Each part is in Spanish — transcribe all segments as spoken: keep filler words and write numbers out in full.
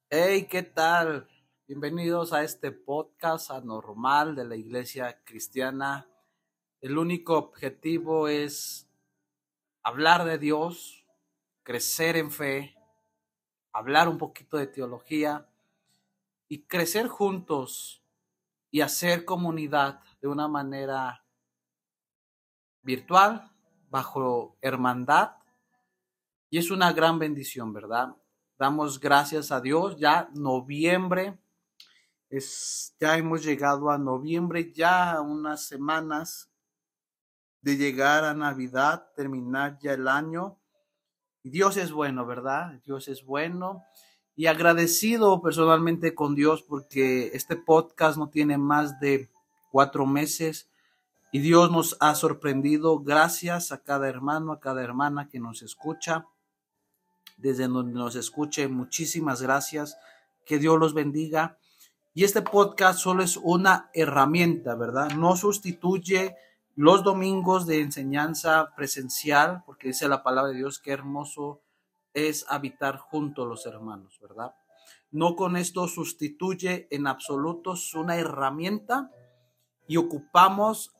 Hey, ¿qué tal? Bienvenidos a este podcast anormal de la Iglesia Cristiana. El único objetivo es hablar de Dios, crecer en fe, hablar un poquito de teología y crecer juntos y hacer comunidad de una manera virtual, bajo hermandad. Y es una gran bendición, ¿verdad? Damos gracias a Dios. Ya noviembre. Es, ya hemos llegado a noviembre, ya unas semanas de llegar a Navidad, terminar ya el año. Y Dios es bueno, ¿verdad? Dios es bueno. Y agradecido personalmente con Dios porque este podcast no tiene más de cuatro meses y Dios nos ha sorprendido. Gracias a cada hermano, a cada hermana que nos escucha. Desde donde nos escuche, muchísimas gracias. Que Dios los bendiga. Y este podcast solo es una herramienta, ¿verdad? No sustituye los domingos de enseñanza presencial, porque dice la palabra de Dios que hermoso es habitar junto a los hermanos, ¿verdad? No con esto sustituye en absoluto, es una herramienta y ocupamos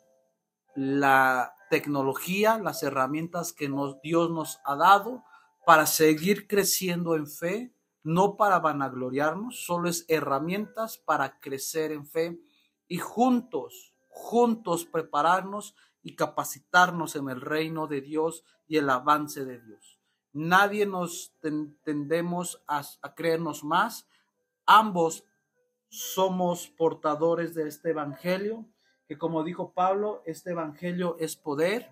la tecnología, las herramientas que nos, Dios nos ha dado para seguir creciendo en fe, no para vanagloriarnos, solo es herramientas para crecer en fe y juntos, juntos prepararnos y capacitarnos en el reino de Dios y el avance de Dios. Nadie nos ten, tendemos a, a creernos más, ambos somos portadores de este evangelio, que como dijo Pablo, este evangelio es poder.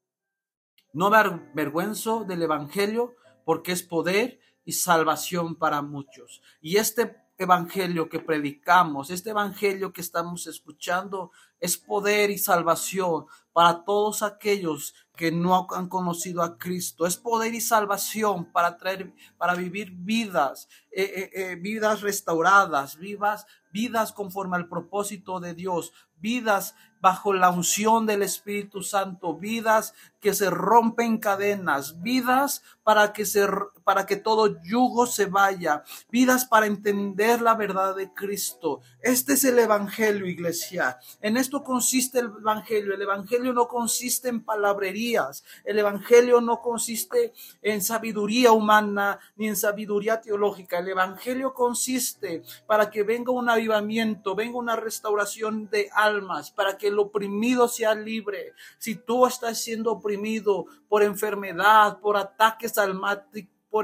No me avergüenzo del evangelio porque es poder y salvación para muchos. Y este evangelio que predicamos, este evangelio que estamos escuchando, es poder y salvación para todos aquellos que no han conocido a Cristo. Es poder y salvación para traer, para vivir vidas, eh, eh, eh, vidas restauradas, vivas, vidas conforme al propósito de Dios, vidas bajo la unción del Espíritu Santo, vidas que se rompen cadenas, vidas para que se para que todo yugo se vaya, vidas para entender la verdad de Cristo. Este es el evangelio, iglesia. En esto consiste el evangelio. El evangelio no consiste en palabrerías. El evangelio no consiste en sabiduría humana ni en sabiduría teológica. El evangelio consiste para que venga un avivamiento, venga una restauración de almas, para que el oprimido sea libre. Si tú estás siendo oprimido por enfermedad, por ataques almáticos, por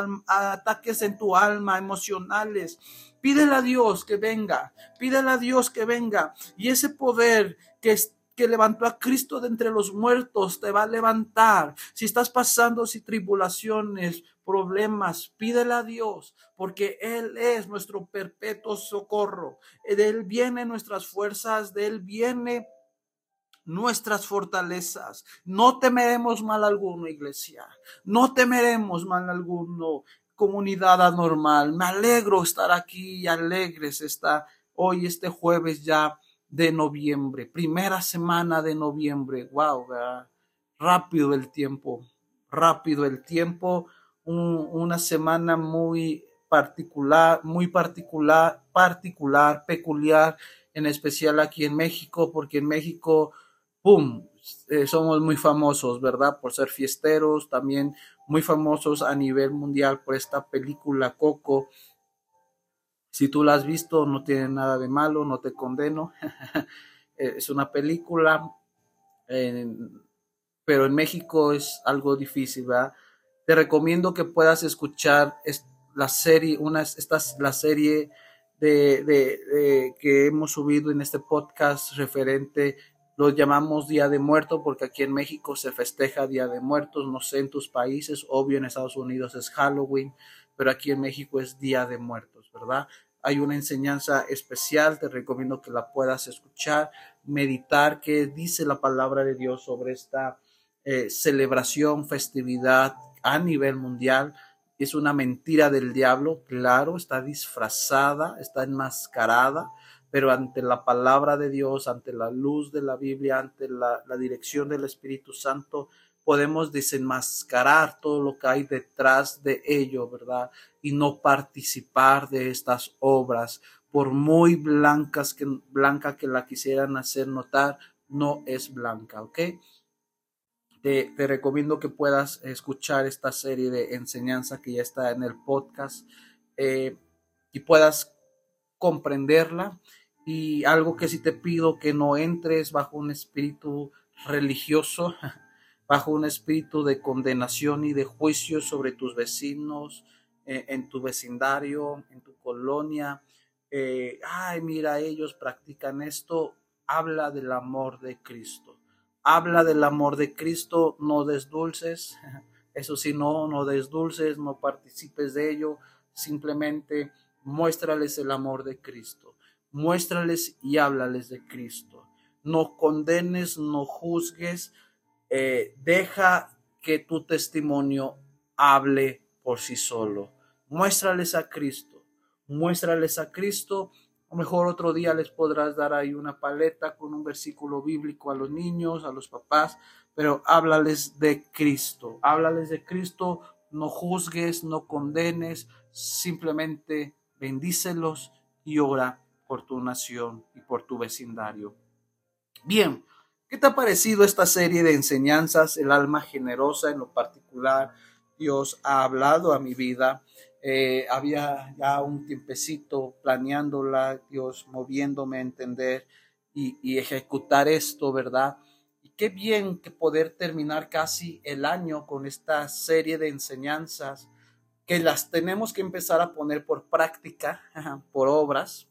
ataques en tu alma, emocionales, pídele a Dios que venga, pídele a Dios que venga, y ese poder que es que levantó a Cristo de entre los muertos te va a levantar. Si estás pasando si tribulaciones, problemas, pídele a Dios, porque Él es nuestro perpetuo socorro. De Él vienen nuestras fuerzas, de Él viene nuestras fortalezas. No temeremos mal alguno, iglesia. No temeremos mal alguno, comunidad anormal. Me alegro estar aquí y alegres está hoy, este jueves ya de noviembre, primera semana de noviembre. Wow, ¿verdad? Rápido el tiempo, rápido el tiempo. Un, una semana muy particular, muy particular, particular, peculiar, en especial aquí en México, porque en México ¡pum! Eh, somos muy famosos, ¿verdad? Por ser fiesteros, también muy famosos a nivel mundial por esta película Coco. Si tú la has visto, no tiene nada de malo, no te condeno. Es una película, eh, pero en México es algo difícil, ¿verdad? Te recomiendo que puedas escuchar la serie, una, esta, la serie de, de, de que hemos subido en este podcast referente, lo llamamos Día de Muertos porque aquí en México se festeja Día de Muertos, no sé en tus países, obvio en Estados Unidos es Halloween, pero aquí en México es Día de Muertos, ¿verdad? Hay una enseñanza especial, te recomiendo que la puedas escuchar, meditar qué dice la palabra de Dios sobre esta eh, celebración, festividad a nivel mundial. Es una mentira del diablo, claro, está disfrazada, está enmascarada, pero ante la palabra de Dios, ante la luz de la Biblia, ante la, la dirección del Espíritu Santo, podemos desenmascarar todo lo que hay detrás de ello, ¿verdad? Y no participar de estas obras, por muy blancas que, blanca que la quisieran hacer notar, no es blanca, ¿ok? Te, te recomiendo que puedas escuchar esta serie de enseñanza que ya está en el podcast eh, y puedas comprenderla. Y algo que sí te pido, que no entres bajo un espíritu religioso, bajo un espíritu de condenación y de juicio sobre tus vecinos, eh, en tu vecindario, en tu colonia. Eh, ay, mira, ellos practican esto. Habla del amor de Cristo. Habla del amor de Cristo, no desdulces. Eso sí, no, no desdulces, no participes de ello. Simplemente muéstrales el amor de Cristo. Muéstrales y háblales de Cristo. No condenes, no juzgues. Eh, deja que tu testimonio hable por sí solo. Muéstrales a Cristo. Muéstrales a Cristo. A lo mejor otro día les podrás dar ahí una paleta con un versículo bíblico a los niños, a los papás, pero háblales de Cristo. Háblales de Cristo. No juzgues, no condenes. Simplemente bendícelos y ora por tu nación y por tu vecindario. Bien, ¿qué te ha parecido esta serie de enseñanzas? El alma generosa, en lo particular, Dios ha hablado a mi vida. Eh, había ya un tiempecito planeándola, Dios moviéndome a entender y, y ejecutar esto, ¿verdad? Y qué bien que poder terminar casi el año con esta serie de enseñanzas que las tenemos que empezar a poner por práctica, por obras.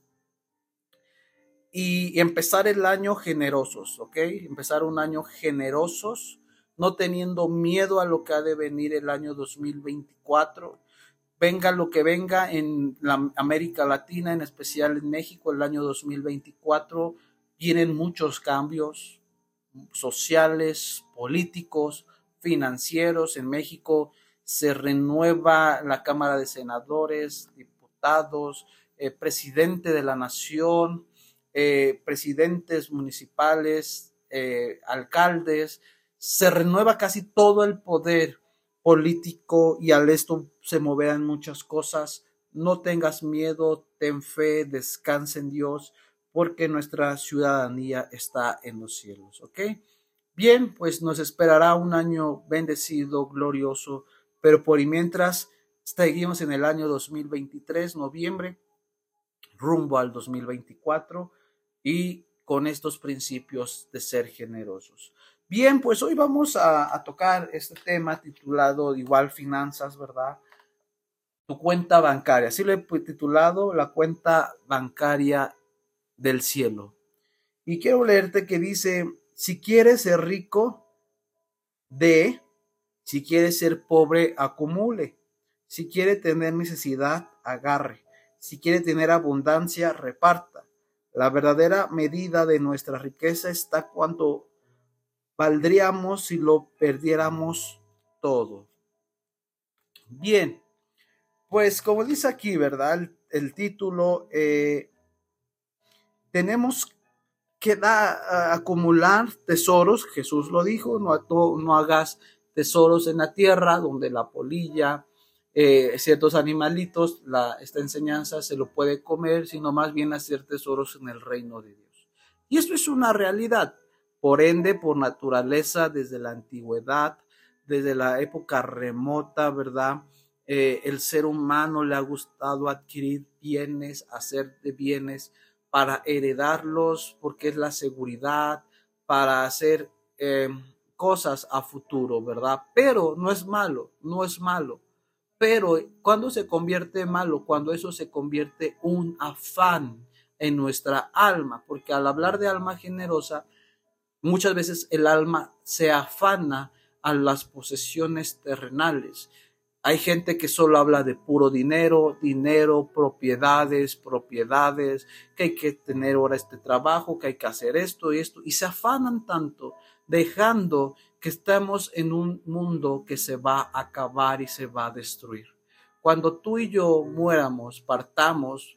Y empezar el año generosos, ¿ok? Empezar un año generosos, no teniendo miedo a lo que ha de venir el año dos mil veinticuatro. Venga lo que venga en la América Latina, en especial en México, el año dos mil veinticuatro, vienen muchos cambios sociales, políticos, financieros. En México se renueva la Cámara de Senadores, diputados, eh, presidente de la nación, Eh, presidentes municipales, eh, alcaldes, se renueva casi todo el poder político y al esto se moverán muchas cosas. No tengas miedo, ten fe, descansa en Dios, porque nuestra ciudadanía está en los cielos, ¿ok? Bien, pues nos esperará un año bendecido, glorioso, pero por y mientras seguimos en el año dos mil veintitrés, noviembre, rumbo al dos mil veinticuatro, y con estos principios de ser generosos. Bien, pues hoy vamos a, a tocar este tema titulado igual finanzas, ¿verdad? Tu cuenta bancaria. Así lo he titulado, la cuenta bancaria del cielo. Y quiero leerte que dice, si quieres ser rico, dé. Si quieres ser pobre, acumule. Si quiere tener necesidad, agarre. Si quiere tener abundancia, reparta. La verdadera medida de nuestra riqueza está cuánto valdríamos si lo perdiéramos todo. Bien, pues como dice aquí, ¿verdad? El, el título, eh, tenemos que da, acumular tesoros. Jesús lo dijo, no, no hagas tesoros en la tierra donde la polilla, Eh, ciertos animalitos, la, esta enseñanza se lo puede comer, sino más bien hacer tesoros en el reino de Dios. Y esto es una realidad. Por ende, por naturaleza, desde la antigüedad, desde la época remota, ¿verdad? Eh, el ser humano le ha gustado adquirir bienes, hacer de bienes para heredarlos, porque es la seguridad, para hacer eh, cosas a futuro, ¿verdad? Pero no es malo, no es malo. Pero cuando se convierte malo, cuando eso se convierte un afán en nuestra alma, porque al hablar de alma generosa, muchas veces el alma se afana a las posesiones terrenales. Hay gente que solo habla de puro dinero, dinero, propiedades, propiedades, que hay que tener ahora este trabajo, que hay que hacer esto y esto, y se afanan tanto, dejando que estamos en un mundo que se va a acabar y se va a destruir. Cuando tú y yo muéramos, partamos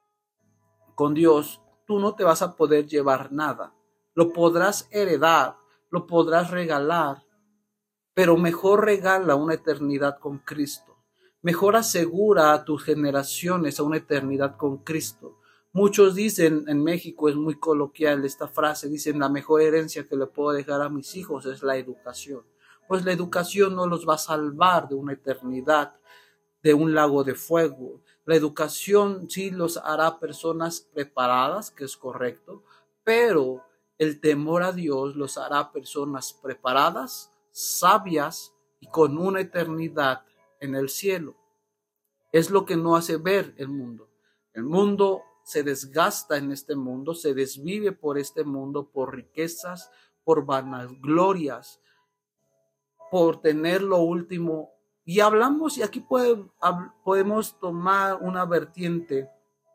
con Dios, tú no te vas a poder llevar nada. Lo podrás heredar, lo podrás regalar, pero mejor regala una eternidad con Cristo. Mejor asegura a tus generaciones a una eternidad con Cristo. Muchos dicen, en México es muy coloquial esta frase, dicen la mejor herencia que le puedo dejar a mis hijos es la educación. Pues la educación no los va a salvar de una eternidad, de un lago de fuego. La educación sí los hará personas preparadas, que es correcto, pero el temor a Dios los hará personas preparadas, sabias y con una eternidad en el cielo. Es lo que no hace ver el mundo. El mundo se desgasta en este mundo, se desvive por este mundo, por riquezas, por vanaglorias, por tener lo último. Y hablamos, y aquí puede, podemos tomar una vertiente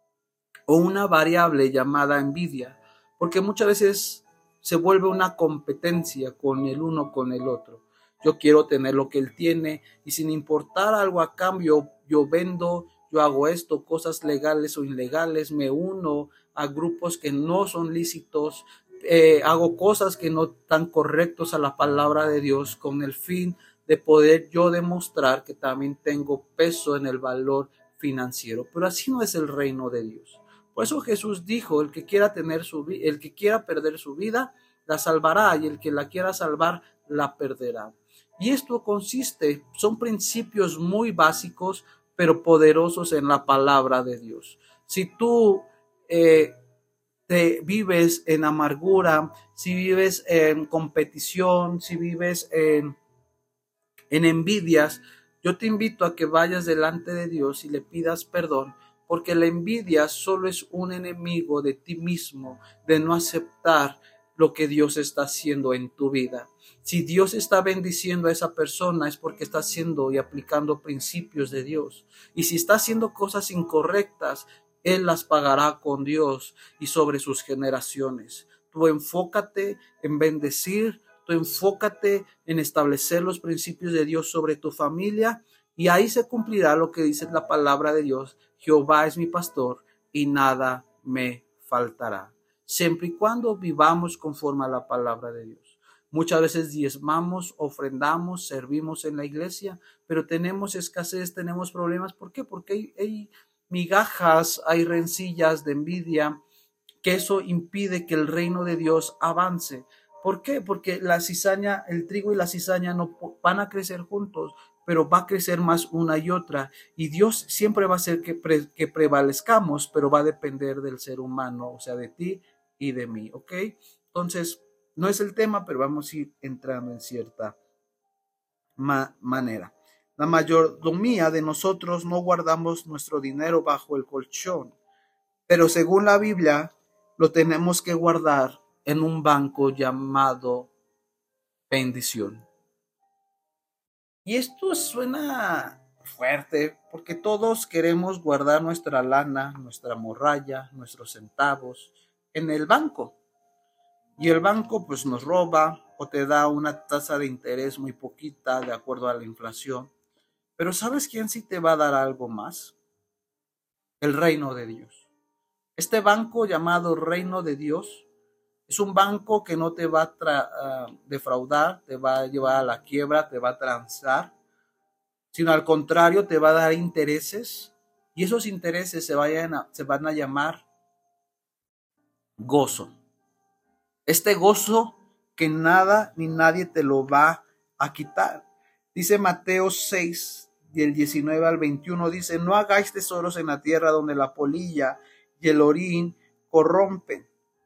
o una variable llamada envidia, porque muchas veces se vuelve una competencia con el uno con el otro. Yo quiero tener lo que él tiene y sin importar algo a cambio, yo vendo, yo hago esto, cosas legales o ilegales, me uno a grupos que no son lícitos, eh, hago cosas que no están correctos a la palabra de Dios con el fin de poder yo demostrar que también tengo peso en el valor financiero. Pero así no es el reino de Dios. Por eso Jesús dijo, el que quiera tener su el que quiera perder su vida, la salvará, y el que la quiera salvar, la perderá. Y esto consiste, son principios muy básicos, pero poderosos en la palabra de Dios. Si tú eh, te vives en amargura, si vives en competición, si vives en, en envidias, yo te invito a que vayas delante de Dios y le pidas perdón, porque la envidia solo es un enemigo de ti mismo, de no aceptar lo que Dios está haciendo en tu vida. Si Dios está bendiciendo a esa persona es porque está haciendo y aplicando principios de Dios. Y si está haciendo cosas incorrectas, Él las pagará con Dios y sobre sus generaciones. Tú enfócate en bendecir, tú enfócate en establecer los principios de Dios sobre tu familia, y ahí se cumplirá lo que dice la palabra de Dios: Jehová es mi pastor y nada me faltará. Siempre y cuando vivamos conforme a la palabra de Dios. Muchas veces diezmamos, ofrendamos, servimos en la iglesia, pero tenemos escasez, tenemos problemas. ¿Por qué? Porque hay, hay migajas, hay rencillas de envidia, que eso impide que el reino de Dios avance. ¿Por qué? Porque la cizaña, el trigo y la cizaña no van a crecer juntos, pero va a crecer más una y otra. Y Dios siempre va a hacer que, pre, que prevalezcamos, pero va a depender del ser humano, o sea, de ti y de mí, ¿ok? Entonces, no es el tema, pero vamos a ir entrando en cierta ma manera. La mayordomía de nosotros no guardamos nuestro dinero bajo el colchón, pero según la Biblia, lo tenemos que guardar en un banco llamado bendición. Y esto suena fuerte porque todos queremos guardar nuestra lana, nuestra morralla, nuestros centavos en el banco. Y el banco pues nos roba o te da una tasa de interés muy poquita de acuerdo a la inflación. Pero ¿sabes quién sí te va a dar algo más? El reino de Dios. Este banco llamado Reino de Dios es un banco que no te va a uh, defraudar, te va a llevar a la quiebra, te va a transar, sino al contrario te va a dar intereses, y esos intereses se, vayan a, se van a llamar gozo. Este gozo que nada ni nadie te lo va a quitar. Dice Mateo seis, del diecinueve al veintiuno, dice: no hagáis tesoros en la tierra donde la polilla y el orín corrompen,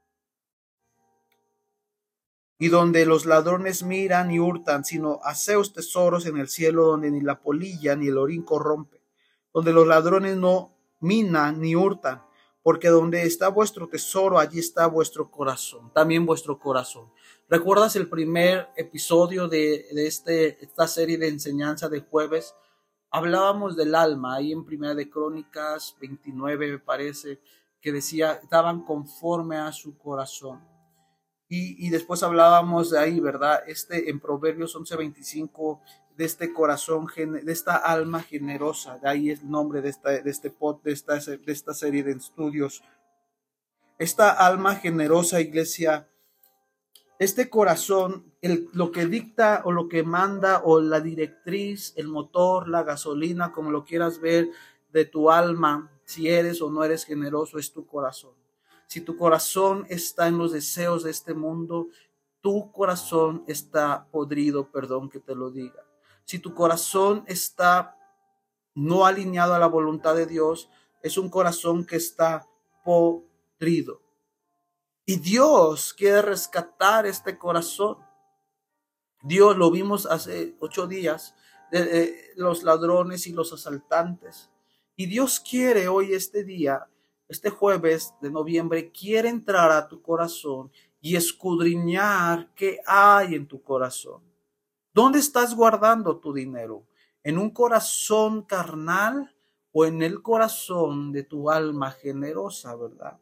y donde los ladrones miran y hurtan, sino haceos tesoros en el cielo donde ni la polilla ni el orín corrompe, donde los ladrones no minan ni hurtan, porque donde está vuestro tesoro, allí está vuestro corazón, también vuestro corazón. ¿Recuerdas el primer episodio de, de este, esta serie de enseñanza de jueves? Hablábamos del alma, ahí en Primera de Crónicas veintinueve me parece, que decía, estaban conforme a su corazón. Y, y después hablábamos de ahí, ¿verdad? Este en Proverbios once veinticinco, de este corazón, de esta alma generosa. De ahí es el nombre de esta, de este pod, de esta, de esta serie de estudios. Esta alma generosa, iglesia, este corazón, el, lo que dicta o lo que manda o la directriz, el motor, la gasolina, como lo quieras ver, de tu alma, si eres o no eres generoso, es tu corazón. Si tu corazón está en los deseos de este mundo, tu corazón está podrido, perdón que te lo diga. Si tu corazón está no alineado a la voluntad de Dios, es un corazón que está podrido. Y Dios quiere rescatar este corazón. Dios, lo vimos hace ocho días, de, de los ladrones y los asaltantes. Y Dios quiere hoy, este día, este jueves de noviembre, quiere entrar a tu corazón y escudriñar qué hay en tu corazón. ¿Dónde estás guardando tu dinero? ¿En un corazón carnal o en el corazón de tu alma generosa, verdad?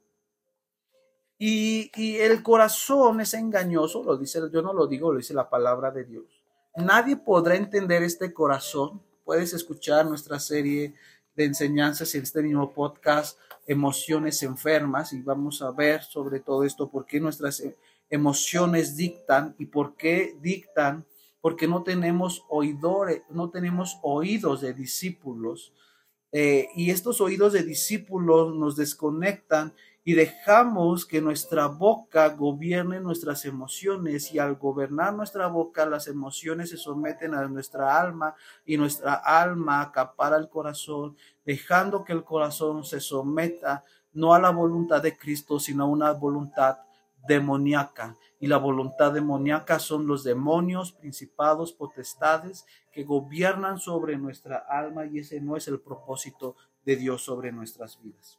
Y, y el corazón es engañoso, lo dice, yo no lo digo, lo dice la palabra de Dios. Nadie podrá entender este corazón. Puedes escuchar nuestra serie de enseñanzas en este mismo podcast, Emociones Enfermas, y vamos a ver sobre todo esto, por qué nuestras emociones dictan y por qué dictan, porque no tenemos oidores, no tenemos oídos de discípulos. Eh, y estos oídos de discípulos nos desconectan y dejamos que nuestra boca gobierne nuestras emociones, y al gobernar nuestra boca las emociones se someten a nuestra alma y nuestra alma acapara el corazón, dejando que el corazón se someta no a la voluntad de Cristo, sino a una voluntad demoníaca. Y la voluntad demoníaca son los demonios, principados, potestades que gobiernan sobre nuestra alma, y ese no es el propósito de Dios sobre nuestras vidas.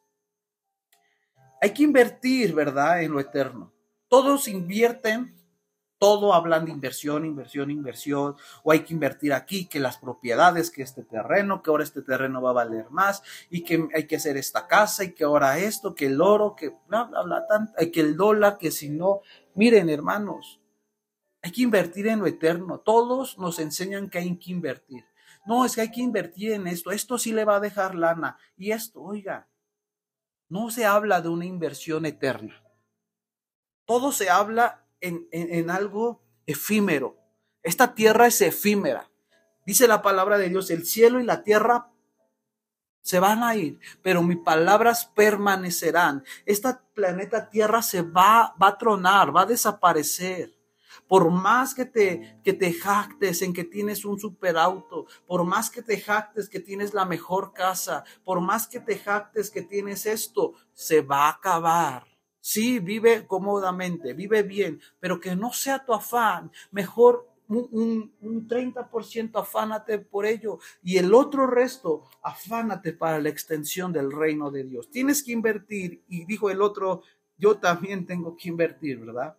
Hay que invertir, ¿verdad?, en lo eterno. Todos invierten, todo hablan de inversión, inversión, inversión, o hay que invertir aquí, que las propiedades, que este terreno, que ahora este terreno va a valer más, y que hay que hacer esta casa, y que ahora esto, que el oro, que bla, bla, bla, tan, que el dólar, que si no. Miren, hermanos, hay que invertir en lo eterno. Todos nos enseñan que hay que invertir. No, es que hay que invertir en esto, esto sí le va a dejar lana, y esto, oiga, no se habla de una inversión eterna. Todo se habla en, en, en algo efímero. Esta tierra es efímera. Dice la palabra de Dios, el cielo y la tierra se van a ir, pero mis palabras permanecerán. Este planeta Tierra se va, va a tronar, va a desaparecer. Por más que te, que te jactes en que tienes un superauto, por más que te jactes que tienes la mejor casa, por más que te jactes que tienes esto, se va a acabar. Sí, vive cómodamente, vive bien, pero que no sea tu afán. Mejor un, un, un treinta por ciento afánate por ello, y el otro resto afánate para la extensión del reino de Dios. Tienes que invertir, y dijo el otro, yo también tengo que invertir, ¿verdad?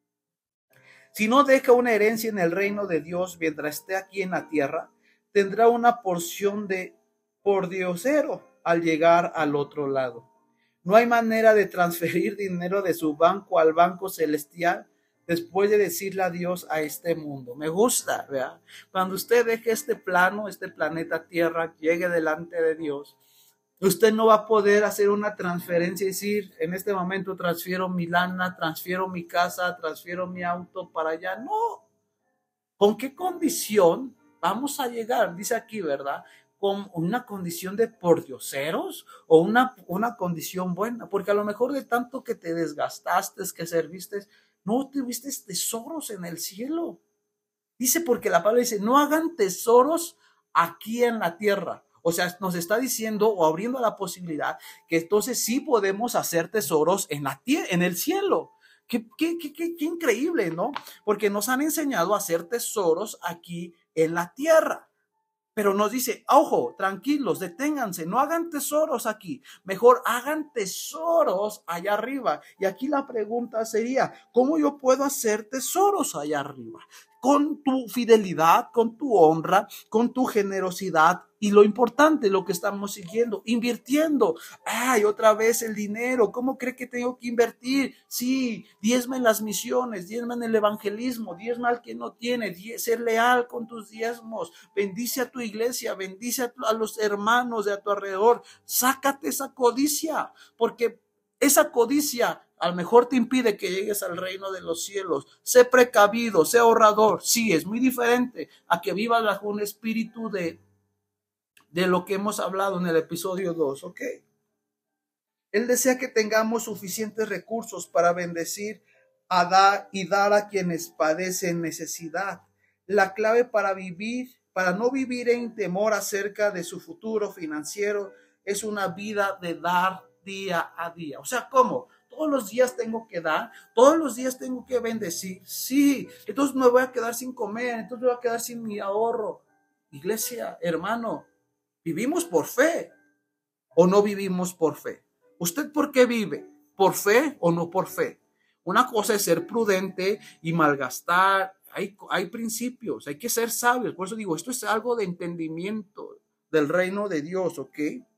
Si no deja una herencia en el reino de Dios mientras esté aquí en la tierra, tendrá una porción de pordiosero al llegar al otro lado. No hay manera de transferir dinero de su banco al banco celestial después de decirle adiós a este mundo. Me gusta, ¿verdad? Cuando usted deje este plano, este planeta Tierra, llegue delante de Dios, usted no va a poder hacer una transferencia y decir, en este momento transfiero mi lana, transfiero mi casa, transfiero mi auto para allá. No. ¿Con qué condición vamos a llegar? Dice aquí, ¿verdad? Con una condición de pordioseros o una, una condición buena, porque a lo mejor de tanto que te desgastaste, que serviste, no tuviste tesoros en el cielo. Dice, porque la palabra dice, no hagan tesoros aquí en la tierra. O sea, nos está diciendo o abriendo la posibilidad que entonces sí podemos hacer tesoros en la tierra, en el cielo. Qué, qué, qué, qué, qué increíble, ¿no? Porque nos han enseñado a hacer tesoros aquí en la tierra. Pero nos dice, ojo, tranquilos, deténganse, no hagan tesoros aquí, mejor hagan tesoros allá arriba. Y aquí la pregunta sería, ¿cómo yo puedo hacer tesoros allá arriba? Con tu fidelidad, con tu honra, con tu generosidad y lo importante, lo que estamos siguiendo, invirtiendo. Ay, otra vez el dinero, ¿cómo cree que tengo que invertir? Sí, diezma en las misiones, diezma en el evangelismo, diezma al que no tiene, ser leal con tus diezmos, bendice a tu iglesia, bendice a, tu, a los hermanos de a tu alrededor, sácate esa codicia, porque Esa codicia a lo mejor te impide que llegues al reino de los cielos. Sé precavido, sé ahorrador. Sí, es muy diferente a que vivas bajo un espíritu de, de lo que hemos hablado en el episodio dos, ¿ok? Él desea que tengamos suficientes recursos para bendecir a dar y dar a quienes padecen necesidad. La clave para vivir, para no vivir en temor acerca de su futuro financiero, es una vida de dar día a día. O sea, ¿cómo? Todos los días tengo que dar, todos los días tengo que bendecir. Sí, entonces me voy a quedar sin comer, entonces me voy a quedar sin mi ahorro. Iglesia, hermano, ¿vivimos por fe o no vivimos por fe? ¿Usted por qué vive? ¿Por fe o no por fe? Una cosa es ser prudente y malgastar. Hay, hay principios, hay que ser sabios. Por eso digo, esto es algo de entendimiento del reino de Dios, ¿ok?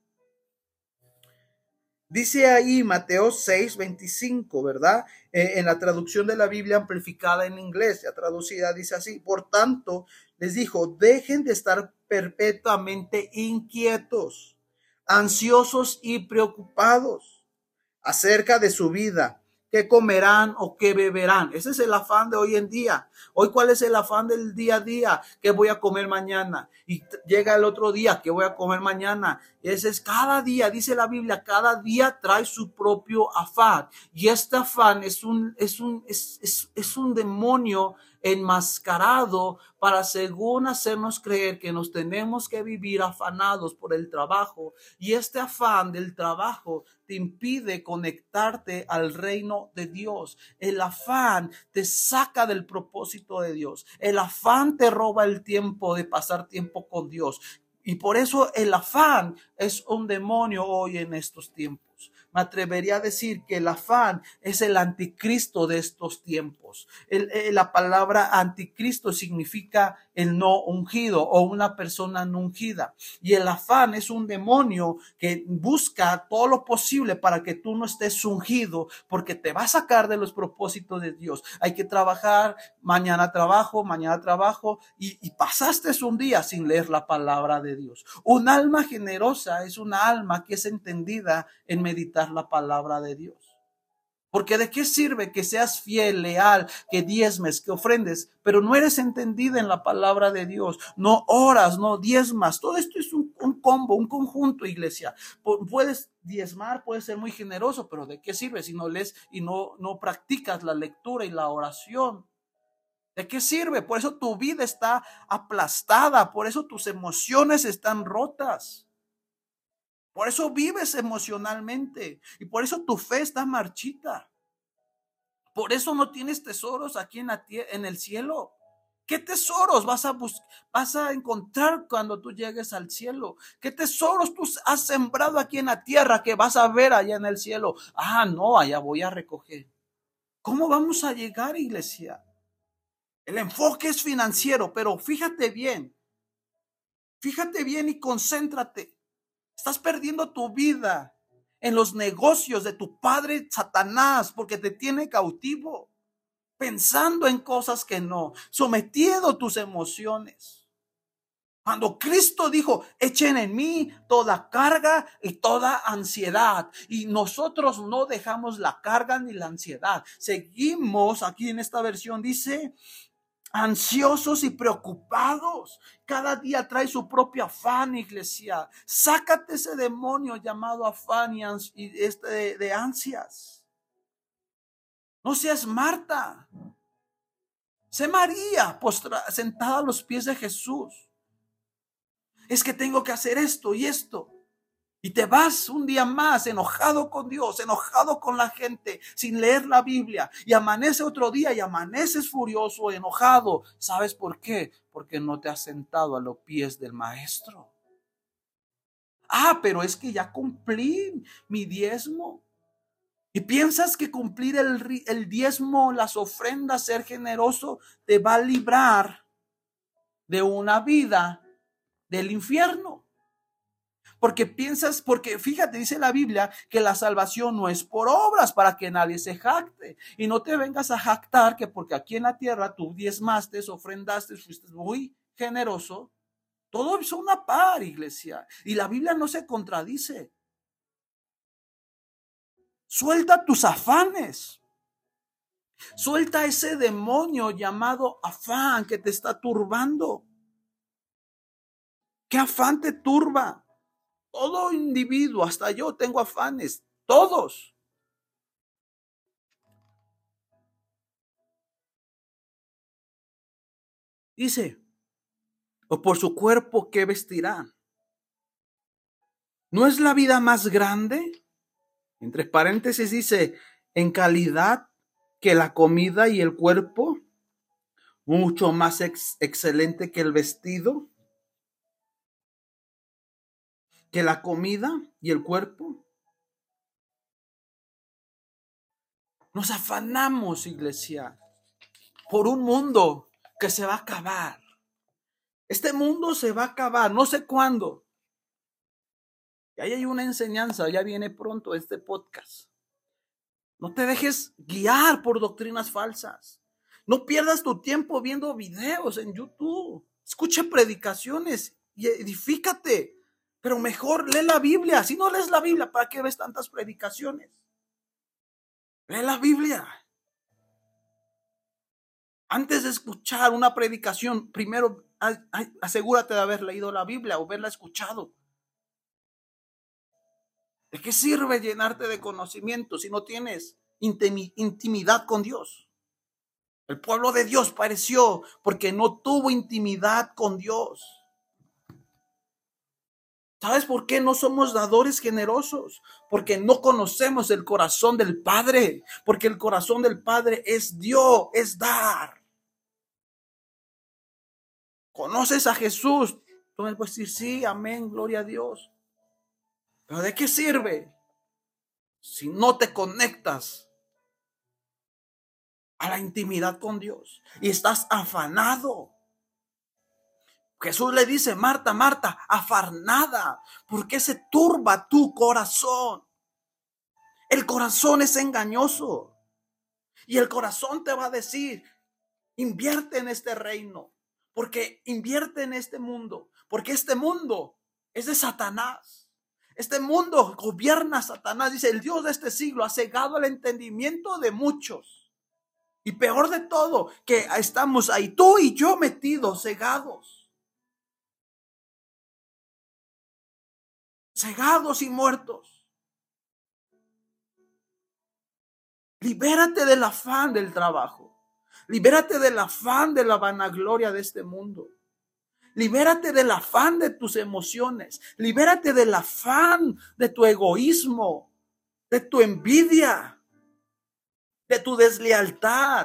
Dice ahí Mateo seis veinticinco, ¿verdad? Eh, en la traducción de la Biblia amplificada en inglés, ya traducida, dice así: por tanto, les dijo, dejen de estar perpetuamente inquietos, ansiosos y preocupados acerca de su vida, qué comerán o qué beberán. Ese es el afán de hoy en día. Hoy, ¿cuál es el afán del día a día? ¿Qué voy a comer mañana? Y llega el otro día, ¿qué voy a comer mañana? Ese es cada día, dice la Biblia, cada día trae su propio afán. Y este afán es un, es un, es, es, es un demonio enmascarado para, según hacernos creer que nos tenemos que vivir afanados por el trabajo. Y este afán del trabajo te impide conectarte al reino de Dios. El afán te saca del propósito de Dios. El afán te roba el tiempo de pasar tiempo con Dios. Y por eso el afán es un demonio hoy en estos tiempos. Me atrevería a decir que el afán es el anticristo de estos tiempos. El, el, la palabra anticristo significa el no ungido o una persona no ungida. Y el afán es un demonio que busca todo lo posible para que tú no estés ungido, porque te va a sacar de los propósitos de Dios. Hay que trabajar, mañana trabajo, mañana trabajo, y, y pasaste un día sin leer la palabra de Dios. Un alma generosa es una alma que es entendida en meditar la palabra de Dios. Porque de qué sirve que seas fiel, leal, que diezmes, que ofrendes, pero no eres entendida en la palabra de Dios, no oras, no diezmas. Todo esto es un, un combo, un conjunto, iglesia. Puedes diezmar, puedes ser muy generoso, pero ¿de qué sirve si no lees y no, no practicas la lectura y la oración? ¿De qué sirve? Por eso tu vida está aplastada, por eso tus emociones están rotas. Por eso vives emocionalmente y por eso tu fe está marchita. Por eso no tienes tesoros aquí en, la tierra, en el cielo. ¿Qué tesoros vas a buscar, vas a encontrar cuando tú llegues al cielo? ¿Qué tesoros tú has sembrado aquí en la tierra que vas a ver allá en el cielo? Ah, no, allá voy a recoger. ¿Cómo vamos a llegar, iglesia? El enfoque es financiero, pero fíjate bien. Fíjate bien y concéntrate. Estás perdiendo tu vida en los negocios de tu padre Satanás porque te tiene cautivo, pensando en cosas que no, sometiendo tus emociones. Cuando Cristo dijo, echen en mí toda carga y toda ansiedad, y nosotros no dejamos la carga ni la ansiedad, seguimos, aquí en esta versión dice, ansiosos y preocupados. Cada día trae su propio afán, iglesia. Sácate ese demonio llamado afán y, ans- y este de, de ansias. No seas Marta. Sé María, postra, sentada a los pies de Jesús. Es que tengo que hacer esto y esto. Y te vas un día más enojado con Dios, enojado con la gente, sin leer la Biblia. Y amanece otro día y amaneces furioso, enojado. ¿Sabes por qué? Porque no te has sentado a los pies del maestro. Ah, pero es que ya cumplí mi diezmo. Y piensas que cumplir el, el diezmo, las ofrendas, ser generoso, te va a librar de una vida del infierno. Porque piensas, porque fíjate, dice la Biblia que la salvación no es por obras para que nadie se jacte. Y no te vengas a jactar que porque aquí en la tierra tú diezmaste, ofrendaste, fuiste muy generoso. Todo es una par, iglesia. Y la Biblia no se contradice. Suelta tus afanes. Suelta ese demonio llamado afán que te está turbando. ¿Qué afán te turba? Todo individuo, hasta yo tengo afanes, todos. Dice, o por su cuerpo, ¿qué vestirá? ¿No es la vida más grande? Entre paréntesis dice, en calidad que la comida y el cuerpo, mucho más ex- excelente que el vestido, que la comida y el cuerpo. Nos afanamos, iglesia, por un mundo que se va a acabar. Este mundo se va a acabar, no sé cuándo. Y ahí hay una enseñanza, ya viene pronto este podcast. No te dejes guiar por doctrinas falsas. No pierdas tu tiempo viendo videos en YouTube. Escucha predicaciones y edifícate. Pero mejor lee la Biblia. Si no lees la Biblia, ¿para qué ves tantas predicaciones? Lee la Biblia. Antes de escuchar una predicación, primero asegúrate de haber leído la Biblia o haberla escuchado. ¿De qué sirve llenarte de conocimiento si no tienes intimidad con Dios? El pueblo de Dios pereció porque no tuvo intimidad con Dios. ¿Sabes por qué no somos dadores generosos? Porque no conocemos el corazón del Padre. Porque el corazón del Padre es Dios, es dar. ¿Conoces a Jesús? Tú me puedes decir, sí, amén, gloria a Dios. ¿Pero de qué sirve si no te conectas a la intimidad con Dios y estás afanado? Jesús le dice, Marta, Marta, afanada, ¿por qué se turba tu corazón? El corazón es engañoso y el corazón te va a decir, invierte en este reino, porque invierte en este mundo, porque este mundo es de Satanás. Este mundo gobierna a Satanás. Dice, el Dios de este siglo ha cegado el entendimiento de muchos. Y peor de todo, que estamos ahí, tú y yo metidos, cegados. Cegados y muertos. Libérate del afán del trabajo. Libérate del afán de la vanagloria de este mundo. Libérate del afán de tus emociones. Libérate del afán de tu egoísmo, de tu envidia, de tu deslealtad.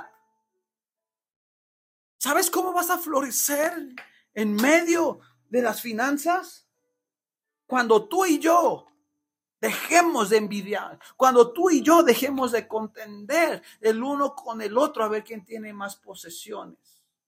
¿Sabes cómo vas a florecer en medio de las finanzas? Cuando tú y yo dejemos de envidiar, cuando tú y yo dejemos de contender el uno con el otro a ver quién tiene más posesiones.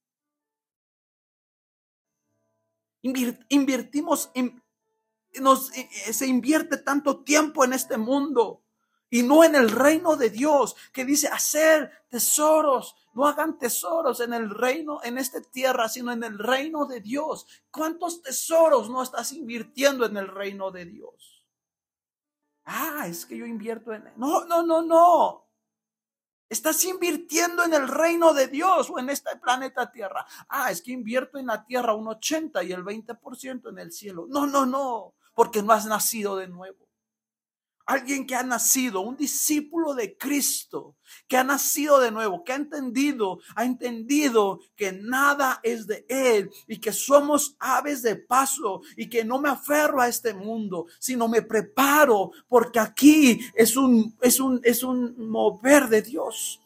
Invertimos, nos, se invierte tanto tiempo en este mundo y no en el reino de Dios, que dice hacer tesoros. No hagan tesoros en el reino, en esta tierra, sino en el reino de Dios. ¿Cuántos tesoros no estás invirtiendo en el reino de Dios? Ah, es que yo invierto en... No, no, no, no. Estás invirtiendo en el reino de Dios o en este planeta Tierra. Ah, es que invierto en la tierra un ochenta y el veinte por ciento en el cielo. No, no, no, porque no has nacido de nuevo. Alguien que ha nacido, un discípulo de Cristo, que ha nacido de nuevo, que ha entendido, ha entendido que nada es de Él y que somos aves de paso y que no me aferro a este mundo, sino me preparo porque aquí es un, es un, es un mover de Dios.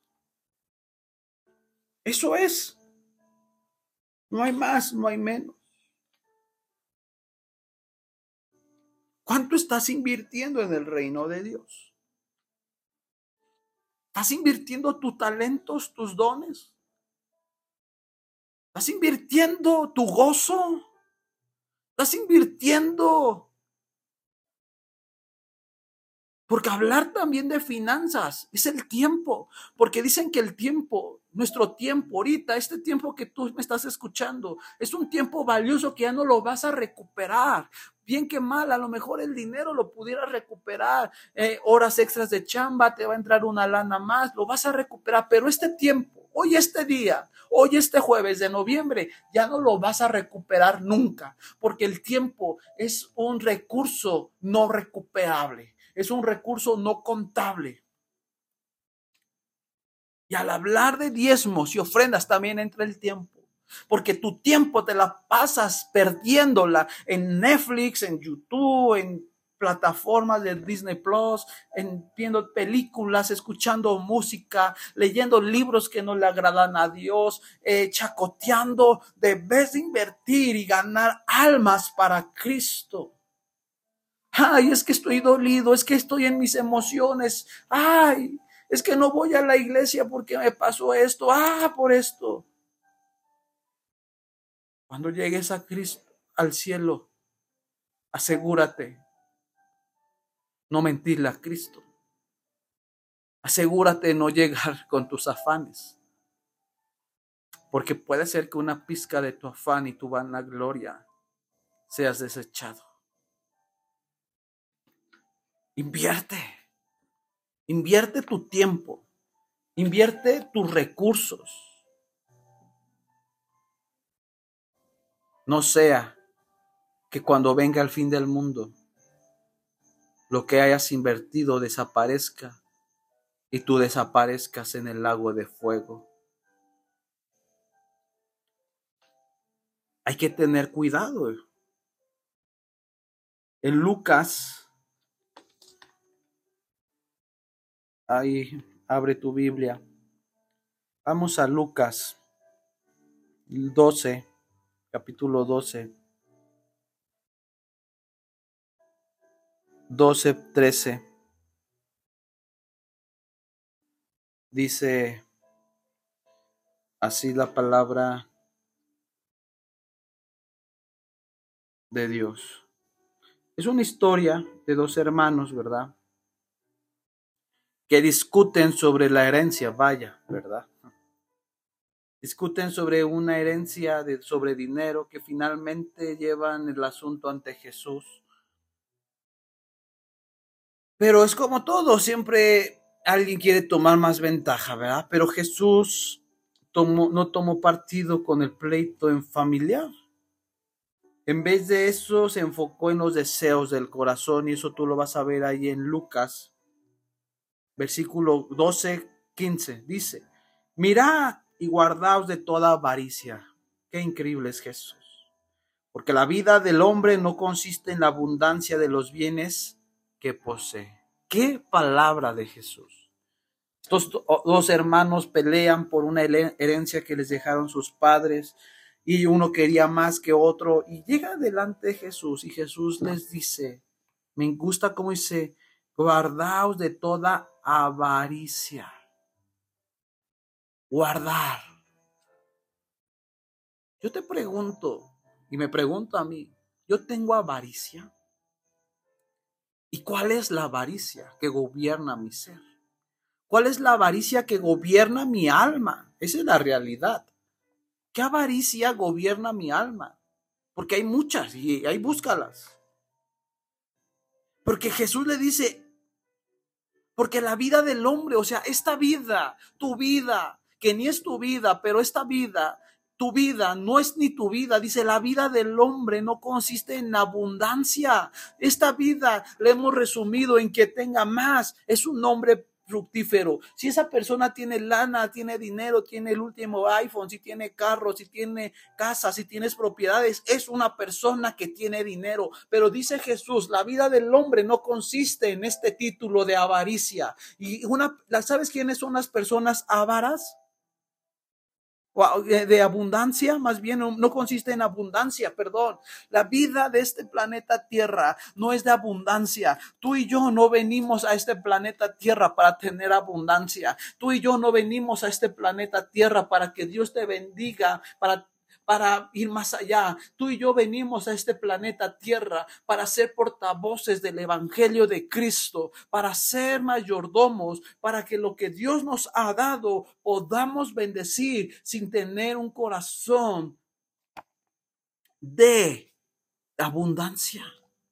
Eso es. No hay más, no hay menos. ¿Cuánto estás invirtiendo en el reino de Dios? ¿Estás invirtiendo tus talentos, tus dones? ¿Estás invirtiendo tu gozo? ¿Estás invirtiendo? Porque hablar también de finanzas es el tiempo. Porque dicen que el tiempo, nuestro tiempo ahorita, este tiempo que tú me estás escuchando, es un tiempo valioso que ya no lo vas a recuperar. bien que mal, a lo mejor el dinero lo pudieras recuperar, eh, horas extras de chamba, te va a entrar una lana más, lo vas a recuperar, pero este tiempo, hoy este día, hoy este jueves de noviembre, ya no lo vas a recuperar nunca, porque el tiempo es un recurso no recuperable, es un recurso no contable. Y al hablar de diezmos y ofrendas también entra el tiempo. Porque tu tiempo te la pasas perdiéndola en Netflix, en YouTube, en plataformas de Disney Plus, en viendo películas, escuchando música, leyendo libros que no le agradan a Dios, eh, chacoteando, de vez de invertir y ganar almas para Cristo. Ay, es que estoy dolido, es que estoy en mis emociones. Ay, es que no voy a la iglesia porque me pasó esto. Ah, por esto. Cuando llegues a Cristo, al cielo, asegúrate no mentirle a Cristo. Asegúrate de no llegar con tus afanes. Porque puede ser que una pizca de tu afán y tu vanagloria seas desechado. Invierte. Invierte tu tiempo. Invierte tus recursos. No sea que cuando venga el fin del mundo, lo que hayas invertido desaparezca y tú desaparezcas en el lago de fuego. Hay que tener cuidado. En Lucas, ahí abre tu Biblia. Vamos a Lucas doce, capítulo doce. doce, trece. Dice así la palabra de Dios. Es una historia de dos hermanos, ¿verdad? Que discuten sobre la herencia, vaya, ¿verdad? Discuten sobre una herencia, de, sobre dinero, que finalmente llevan el asunto ante Jesús. Pero es como todo, siempre alguien quiere tomar más ventaja, ¿verdad? Pero Jesús tomó, no tomó partido con el pleito en familiar. En vez de eso, se enfocó en los deseos del corazón, y eso tú lo vas a ver ahí en Lucas, versículo doce, quince. Dice, mirad y guardaos de toda avaricia. Qué increíble es Jesús. Porque la vida del hombre no consiste en la abundancia de los bienes que posee. ¡Qué palabra de Jesús! Estos dos hermanos pelean por una herencia que les dejaron sus padres, y uno quería más que otro, y llega delante de Jesús, y Jesús les dice, me gusta cómo dice, guardaos de toda avaricia. Guardar. Yo te pregunto, y me pregunto a mí, ¿yo tengo avaricia? ¿Y cuál es la avaricia que gobierna mi ser? ¿Cuál es la avaricia que gobierna mi alma? Esa es la realidad. ¿Qué avaricia gobierna mi alma? Porque hay muchas y ahí búscalas. Porque Jesús le dice, porque la vida del hombre, o sea, esta vida, tu vida, que ni es tu vida, pero esta vida, tu vida no es ni tu vida. Dice, la vida del hombre no consiste en abundancia. Esta vida le hemos resumido en que tenga más. Es un hombre fructífero. Si esa persona tiene lana, tiene dinero, tiene el último iPhone, si tiene carro, si tiene casa, si tienes propiedades, es una persona que tiene dinero. Pero dice Jesús, la vida del hombre no consiste en este título de avaricia. Y una, ¿sabes quiénes son las personas avaras? De abundancia, más bien no consiste en abundancia, perdón. La vida de este planeta Tierra no es de abundancia. Tú y yo no venimos a este planeta Tierra para tener abundancia. Tú y yo no venimos a este planeta Tierra para que Dios te bendiga, para para ir más allá. Tú y yo venimos a este planeta Tierra para ser portavoces del Evangelio de Cristo, para ser mayordomos, para que lo que Dios nos ha dado podamos bendecir sin tener un corazón de abundancia.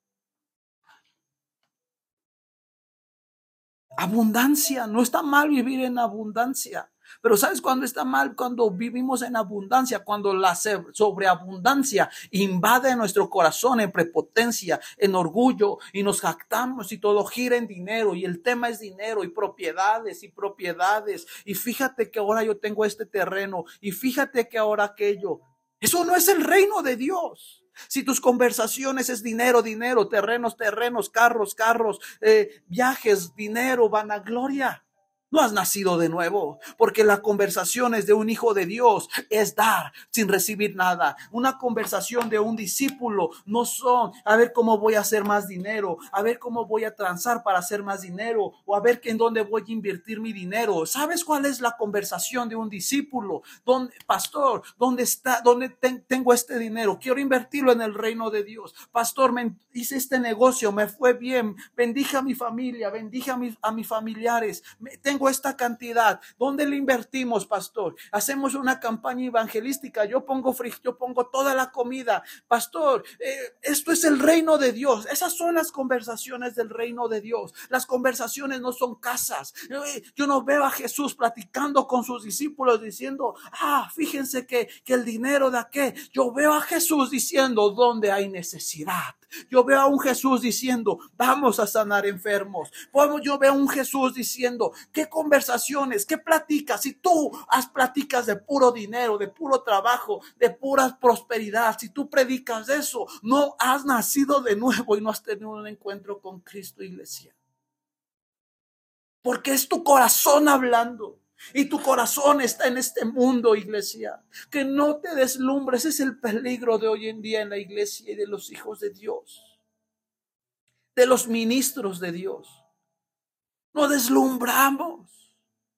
Abundancia, no está mal vivir en abundancia. Pero ¿sabes cuándo está mal? Cuando vivimos en abundancia, cuando la sobreabundancia invade nuestro corazón en prepotencia, en orgullo, y nos jactamos y todo gira en dinero, y el tema es dinero y propiedades y propiedades. Y fíjate que ahora yo tengo este terreno, y fíjate que ahora aquello. Eso no es el reino de Dios. Si tus conversaciones es dinero, dinero, terrenos, terrenos, carros, carros, eh, viajes, dinero, vanagloria, no has nacido de nuevo, porque la conversación es de un hijo de Dios, es dar sin recibir nada. Una conversación de un discípulo no son a ver cómo voy a hacer más dinero, a ver cómo voy a transar para hacer más dinero, o a ver en dónde voy a invertir mi dinero. ¿Sabes cuál es la conversación de un discípulo? ¿Dónde, pastor, dónde está, dónde ten, tengo este dinero? Quiero invertirlo en el reino de Dios. Pastor, me hice este negocio, me fue bien, bendije a mi familia, bendije a, mi, a mis familiares, me, tengo esta cantidad. ¿Dónde le invertimos, pastor? Hacemos una campaña evangelística. Yo pongo frijol, yo pongo toda la comida. Pastor, eh, esto es el reino de Dios. Esas son las conversaciones del reino de Dios. Las conversaciones no son casas. Eh, yo no veo a Jesús platicando con sus discípulos diciendo, ah, fíjense que, que el dinero de aquel. Yo veo a Jesús diciendo, ¿dónde hay necesidad? Yo veo a un Jesús diciendo, vamos a sanar enfermos. Yo veo a un Jesús diciendo, ¿qué conversaciones? ¿Qué platicas? Si tú has platicas de puro dinero, de puro trabajo, de pura prosperidad, si tú predicas eso, no has nacido de nuevo y no has tenido un encuentro con Cristo, iglesia. Porque es tu corazón hablando. Y tu corazón está en este mundo, iglesia. Que no te deslumbres. Ese es el peligro de hoy en día en la iglesia y de los hijos de Dios, de los ministros de Dios. No deslumbramos.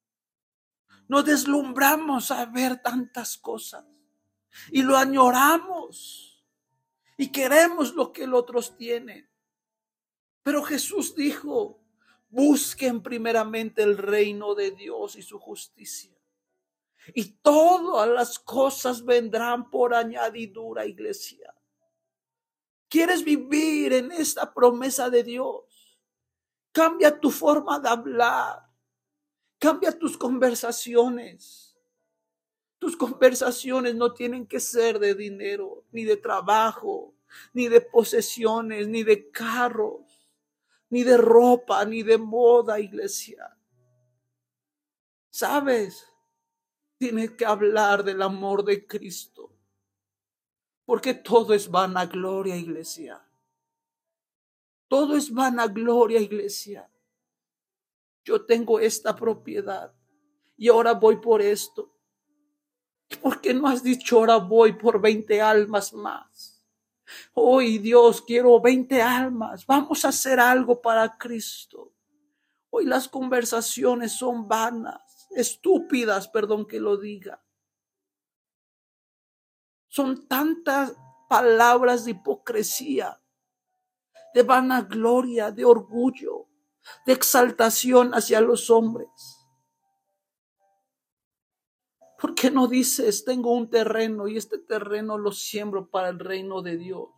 No deslumbramos a ver tantas cosas. Y lo añoramos. Y queremos lo que los otros tienen. Pero Jesús dijo, busquen primeramente el reino de Dios y su justicia. Y todas las cosas vendrán por añadidura, iglesia. ¿Quieres vivir en esta promesa de Dios? Cambia tu forma de hablar. Cambia tus conversaciones. Tus conversaciones no tienen que ser de dinero, ni de trabajo, ni de posesiones, ni de carros, ni de ropa, ni de moda, iglesia. ¿Sabes? Tienes que hablar del amor de Cristo. Porque todo es vanagloria, iglesia. Todo es vanagloria, iglesia. Yo tengo esta propiedad y ahora voy por esto. ¿Por qué no has dicho ahora voy por veinte almas más? Hoy, Dios, quiero veinte almas. Vamos a hacer algo para Cristo. Hoy las conversaciones son vanas, estúpidas, perdón que lo diga. Son tantas palabras de hipocresía, de vanagloria, de orgullo, de exaltación hacia los hombres. ¿Por qué no dices, tengo un terreno y este terreno lo siembro para el reino de Dios?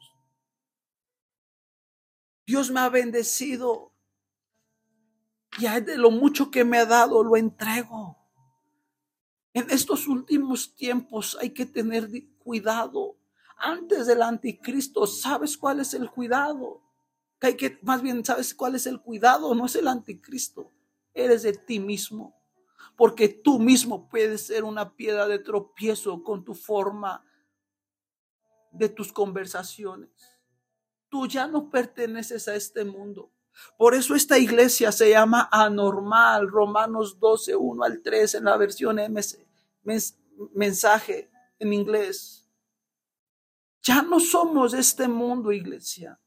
Dios me ha bendecido y de lo mucho que me ha dado lo entrego. En estos últimos tiempos hay que tener cuidado. Antes del anticristo, ¿sabes cuál es el cuidado? Que hay que, más bien, ¿sabes cuál es el cuidado? No es el anticristo, eres de ti mismo. Porque tú mismo puedes ser una piedra de tropiezo con tu forma de tus conversaciones. Tú ya no perteneces a este mundo. Por eso esta iglesia se llama anormal. Romanos doce, uno al tres en la versión M S, mens, mensaje en inglés. Ya no somos de este mundo, iglesia.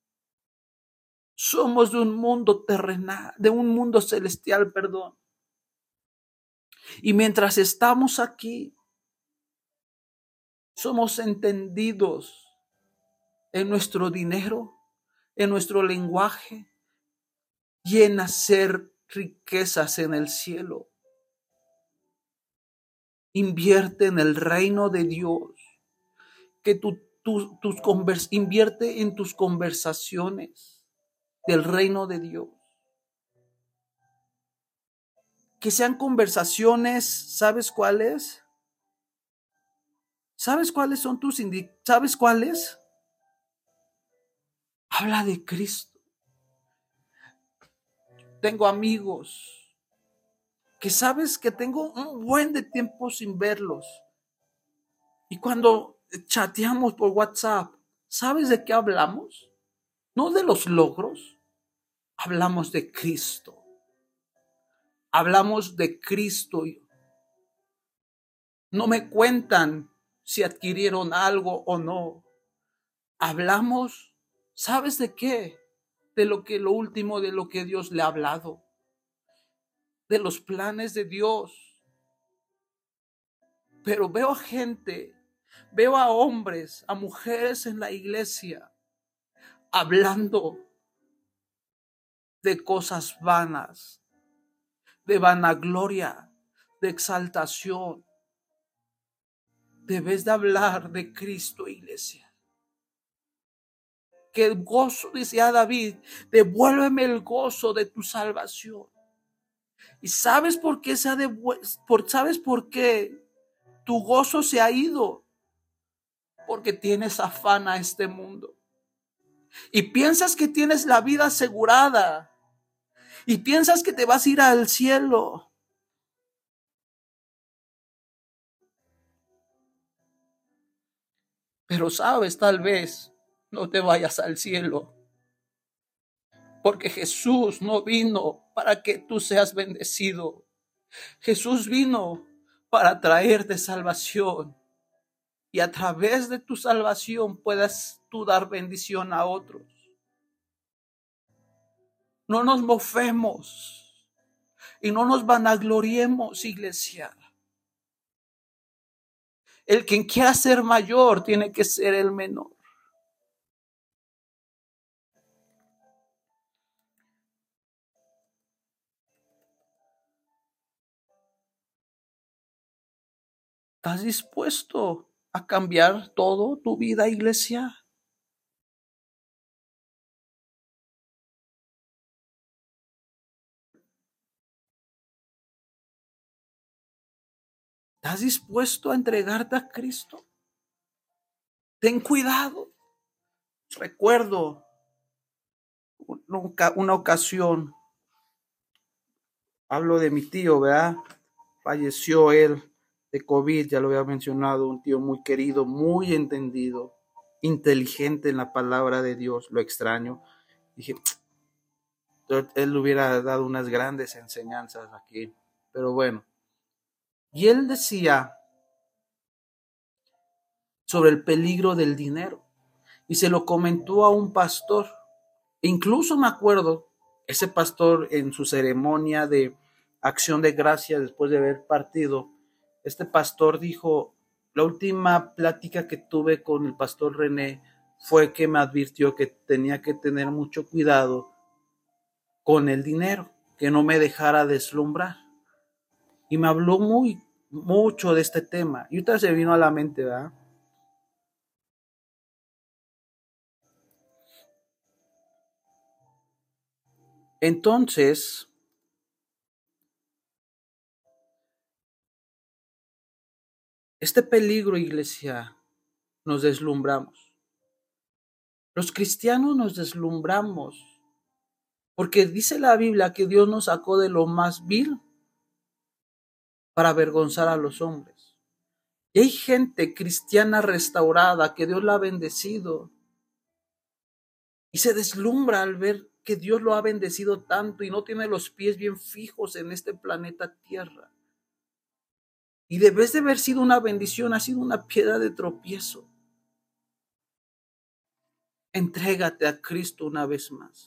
Somos de un mundo terrenal, de un mundo celestial, perdón. Y mientras estamos aquí, somos entendidos en nuestro dinero, en nuestro lenguaje y en hacer riquezas en el cielo. Invierte en el reino de Dios. Que tu, tu, tus convers, invierte en tus conversaciones del reino de Dios. que sean conversaciones, ¿sabes cuáles? ¿Sabes cuáles son tus indi- ¿Sabes cuáles? Habla de Cristo. Tengo amigos que sabes que tengo un buen de tiempo sin verlos. Y cuando chateamos por WhatsApp, ¿sabes de qué hablamos? No de los logros, hablamos de Cristo. Hablamos de Cristo. No me cuentan si adquirieron algo o no. Hablamos, ¿sabes de qué? De lo que lo último de lo que Dios le ha hablado. De los planes de Dios. Pero veo a gente, veo a hombres, a mujeres en la iglesia hablando de cosas vanas, de vanagloria, de exaltación. Debes de hablar de Cristo, iglesia. Que el gozo, decía David, devuélveme el gozo de tu salvación. ¿Y sabes por qué se ha devuelto? ¿Sabes por qué tu gozo se ha ido? Porque tienes afán a este mundo. Y piensas que tienes la vida asegurada. Y piensas que te vas a ir al cielo. Pero sabes, tal vez no te vayas al cielo. Porque Jesús no vino para que tú seas bendecido. Jesús vino para traerte salvación. Y a través de tu salvación puedas tú dar bendición a otros. No nos mofemos y no nos vanagloriemos, iglesia. El quien quiera ser mayor tiene que ser el menor. ¿Estás dispuesto a cambiar todo tu vida, iglesia? ¿Estás dispuesto a entregarte a Cristo? Ten cuidado. Recuerdo una ocasión, hablo de mi tío, ¿verdad? Falleció él de COVID, ya lo había mencionado, un tío muy querido, muy entendido, inteligente en la palabra de Dios, lo extraño. Dije, él hubiera dado unas grandes enseñanzas aquí, pero bueno. Y él decía sobre el peligro del dinero y se lo comentó a un pastor. Incluso me acuerdo, ese pastor en su ceremonia de acción de gracias después de haber partido, este pastor dijo, la última plática que tuve con el pastor René fue que me advirtió que tenía que tener mucho cuidado con el dinero, que no me dejara deslumbrar. Y me habló muy, mucho de este tema. Y ahorita se vino a la mente, ¿verdad? Entonces, este peligro, iglesia, nos deslumbramos. Los cristianos nos deslumbramos porque dice la Biblia que Dios nos sacó de lo más vil para avergonzar a los hombres. Y hay gente cristiana restaurada que Dios la ha bendecido y se deslumbra al ver que Dios lo ha bendecido tanto y no tiene los pies bien fijos en este planeta Tierra. Y debes de haber sido una bendición, ha sido una piedra de tropiezo. Entrégate a Cristo una vez más.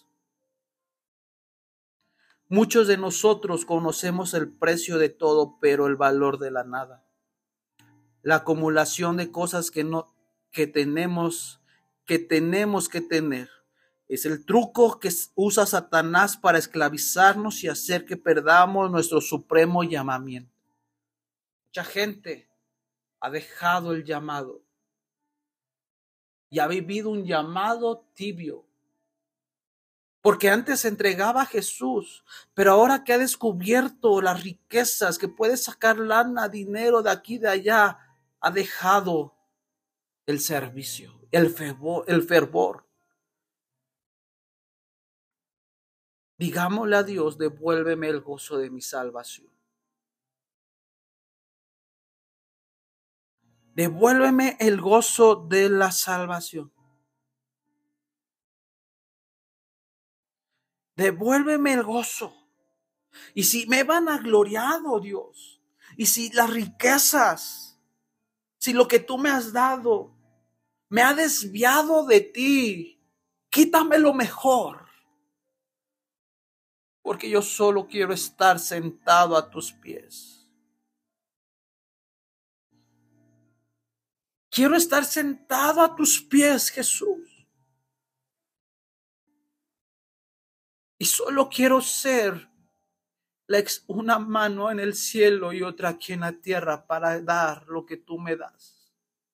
Muchos de nosotros conocemos el precio de todo, pero el valor de la nada. La acumulación de cosas que no que tenemos que tenemos que tener es el truco que usa Satanás para esclavizarnos y hacer que perdamos nuestro supremo llamamiento. Mucha gente ha dejado el llamado y ha vivido un llamado tibio Porque antes entregaba a Jesús, pero ahora que ha descubierto las riquezas, que puede sacar lana, dinero de aquí y de allá, ha dejado el servicio, el fervor, el fervor. Digámosle a Dios, devuélveme el gozo de mi salvación. Devuélveme el gozo de la salvación. Devuélveme el gozo. Y si me van a gloriado, Dios, y si las riquezas, si lo que tú me has dado me ha desviado de ti, quítame lo mejor. Porque yo solo quiero estar sentado a tus pies. Quiero estar sentado a tus pies, Jesús. Y solo quiero ser una mano en el cielo y otra aquí en la tierra para dar lo que tú me das.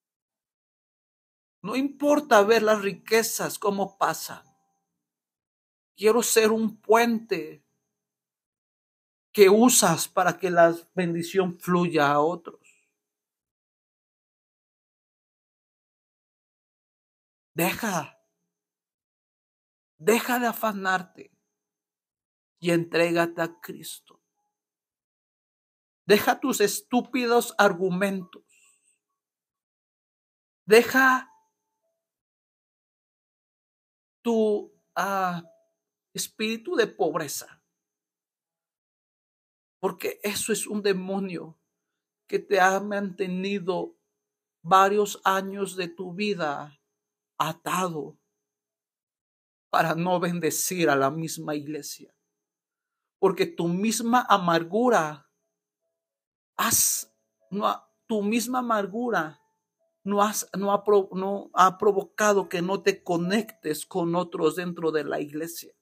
No importa ver las riquezas, cómo pasan. Quiero ser un puente que usas para que la bendición fluya a otros. Deja, deja de afanarte y entrégate a Cristo. Deja tus estúpidos argumentos. Deja tu uh, espíritu de pobreza. Porque eso es un demonio que te ha mantenido varios años de tu vida atado para no bendecir a la misma iglesia. Porque tu misma amargura, has, no, tu misma amargura no, has, no, ha, no ha provocado que no te conectes con otros dentro de la iglesia.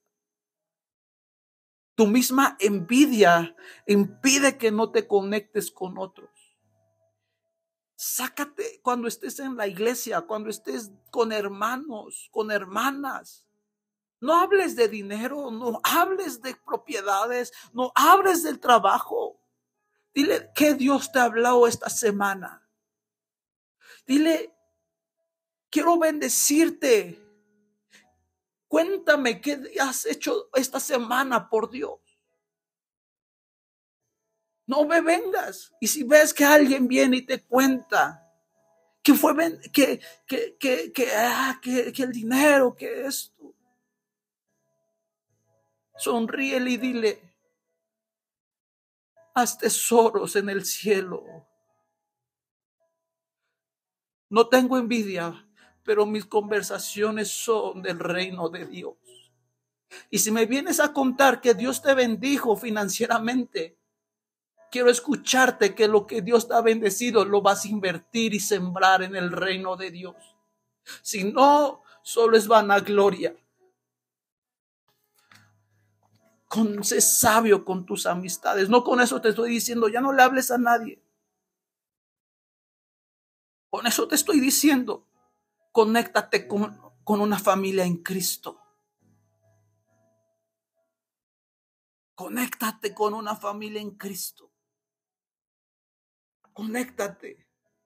Tu misma envidia impide que no te conectes con otros. Sácate cuando estés en la iglesia, cuando estés con hermanos, con hermanas. No hables de dinero, no hables de propiedades, no hables del trabajo. Dile que Dios te ha hablado esta semana. Dile, quiero bendecirte. Cuéntame qué has hecho esta semana por Dios. No me vengas. Y si ves que alguien viene y te cuenta que fue que, que, que, que, ah, que, que el dinero, que esto, sonríele y dile, haz tesoros en el cielo. No tengo envidia, pero mis conversaciones son del reino de Dios. Y si me vienes a contar que Dios te bendijo financieramente, quiero escucharte que lo que Dios te ha bendecido lo vas a invertir y sembrar en el reino de Dios. Si no, solo es vanagloria. Con, sé sabio con tus amistades. No con eso te estoy diciendo, ya no le hables a nadie. Con eso te estoy diciendo, conéctate con, con una familia en Cristo. Conéctate con una familia en Cristo. Conéctate.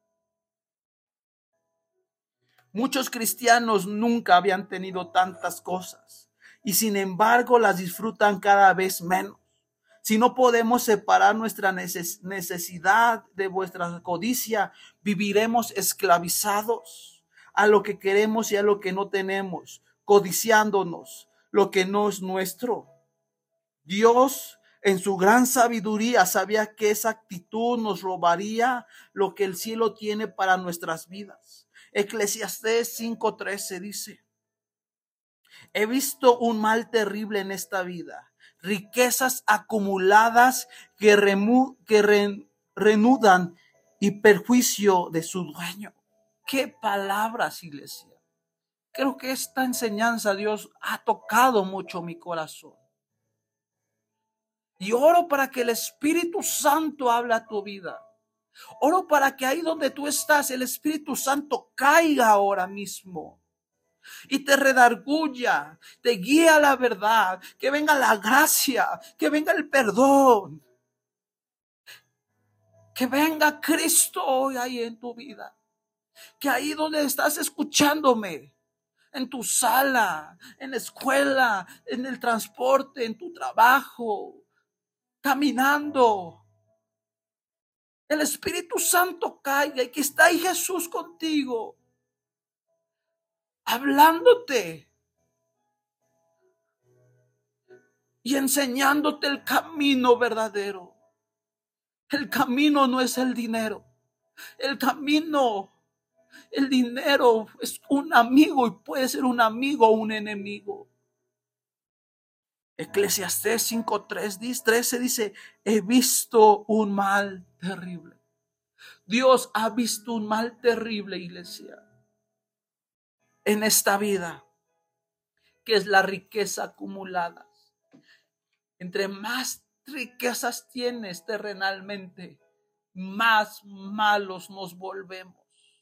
Muchos cristianos nunca habían tenido tantas cosas y sin embargo las disfrutan cada vez menos. Si no podemos separar nuestra necesidad de vuestra codicia, viviremos esclavizados a lo que queremos y a lo que no tenemos, codiciándonos lo que no es nuestro. Dios, en su gran sabiduría, sabía que esa actitud nos robaría lo que el cielo tiene para nuestras vidas. Eclesiastés cinco trece dice: he visto un mal terrible en esta vida, riquezas acumuladas que, remu, que re, renudan y perjuicio de su dueño. ¡Qué palabras, iglesia! Creo que esta enseñanza, Dios, ha tocado mucho mi corazón. Y oro para que el Espíritu Santo hable a tu vida. Oro para que ahí donde tú estás, el Espíritu Santo caiga ahora mismo. y te redarguya, te guía a la verdad, que venga la gracia, que venga el perdón, que venga Cristo hoy ahí en tu vida, que ahí donde estás escuchándome, en tu sala, en la escuela, en el transporte, en tu trabajo, caminando, el Espíritu Santo caiga y que está ahí Jesús contigo, hablándote y enseñándote el camino verdadero. El camino no es el dinero. El camino, el dinero es un amigo y puede ser un amigo o un enemigo. Eclesiastés cinco trece dice, he visto un mal terrible. Dios ha visto un mal terrible, iglesia, en esta vida, que es la riqueza acumulada. Entre más riquezas tienes terrenalmente, más malos nos volvemos,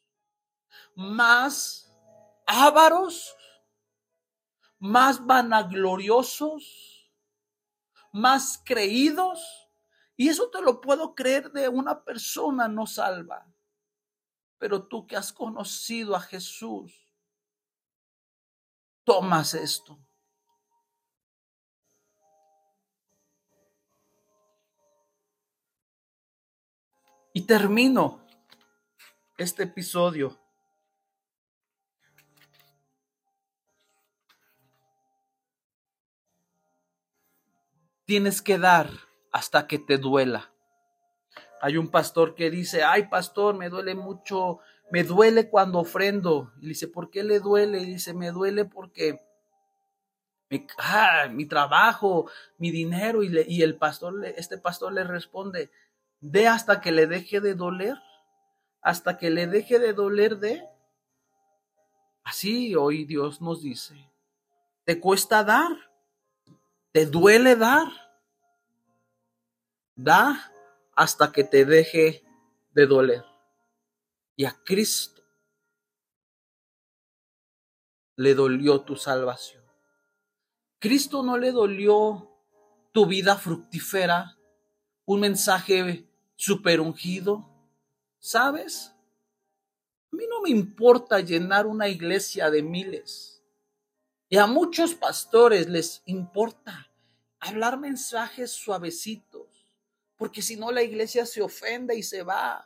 más ávaros, más vanagloriosos, más creídos. Y eso te lo puedo creer de una persona no salva. Pero tú que has conocido a Jesús, tomas esto. Y termino este episodio. Tienes que dar hasta que te duela. Hay un pastor que dice, ay pastor, me duele mucho, me duele cuando ofrendo. Y dice, ¿por qué le duele? Y dice, me duele porque mi, ah, mi trabajo, mi dinero. Y, le, y el pastor, este pastor le responde, de hasta que le deje de doler, hasta que le deje de doler de. Así hoy Dios nos dice, ¿te cuesta dar? ¿Te duele dar? Da hasta que te deje de doler. Y a Cristo le dolió tu salvación. Cristo no le dolió tu vida fructífera, un mensaje super ungido. ¿Sabes? A mí no me importa llenar una iglesia de miles. Y a muchos pastores les importa hablar mensajes suavecitos, porque si no la iglesia se ofende y se va.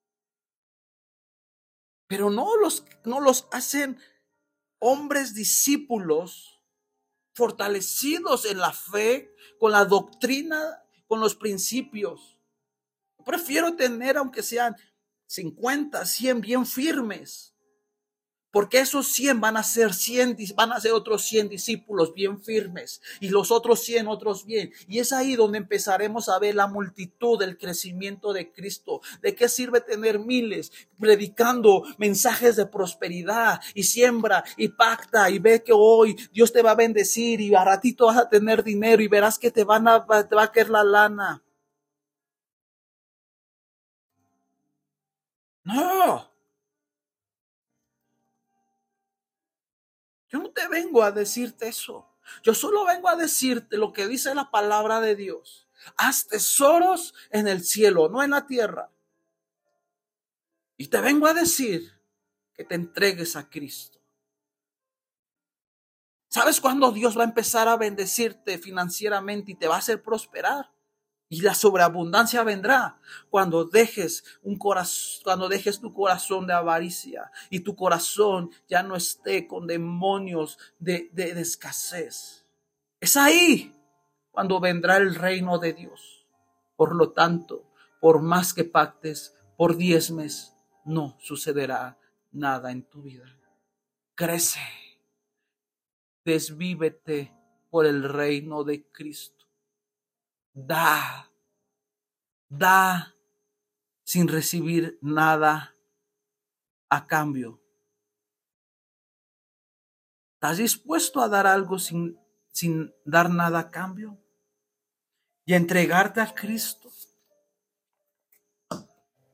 Pero no los, no los hacen hombres discípulos fortalecidos en la fe, con la doctrina, con los principios. Prefiero tener, aunque sean cincuenta, cien bien firmes, porque esos cien van a ser cien, van a ser otros cien discípulos bien firmes y los otros cien otros bien. Y es ahí donde empezaremos a ver la multitud del crecimiento de Cristo. ¿De qué sirve tener miles predicando mensajes de prosperidad y siembra y pacta y ve que hoy Dios te va a bendecir y a ratito vas a tener dinero y verás que te, van a, te va a caer la lana? No. Yo no te vengo a decirte eso. Yo solo vengo a decirte lo que dice la palabra de Dios. Haz tesoros en el cielo, no en la tierra. Y te vengo a decir que te entregues a Cristo. ¿Sabes cuándo Dios va a empezar a bendecirte financieramente y te va a hacer prosperar? Y la sobreabundancia vendrá cuando dejes un corazón, cuando dejes tu corazón de avaricia y tu corazón ya no esté con demonios de, de, de escasez. Es ahí cuando vendrá el reino de Dios. Por lo tanto, por más que pactes, por diezmes, no sucederá nada en tu vida. Crece, desvívete por el reino de Cristo. Da, da sin recibir nada a cambio. ¿Estás dispuesto a dar algo sin, sin dar nada a cambio? Y a entregarte a Cristo.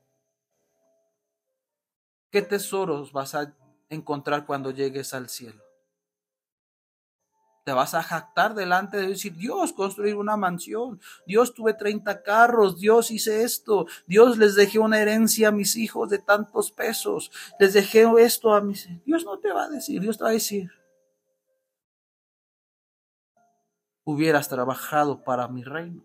¿Qué tesoros vas a encontrar cuando llegues al cielo? Te vas a jactar delante de Dios y decir, Dios, construir una mansión. Dios, tuve treinta carros. Dios, hice esto. Dios, les dejé una herencia a mis hijos de tantos pesos. Les dejé esto a mis... Dios no te va a decir, Dios te va a decir, hubieras trabajado para mi reino.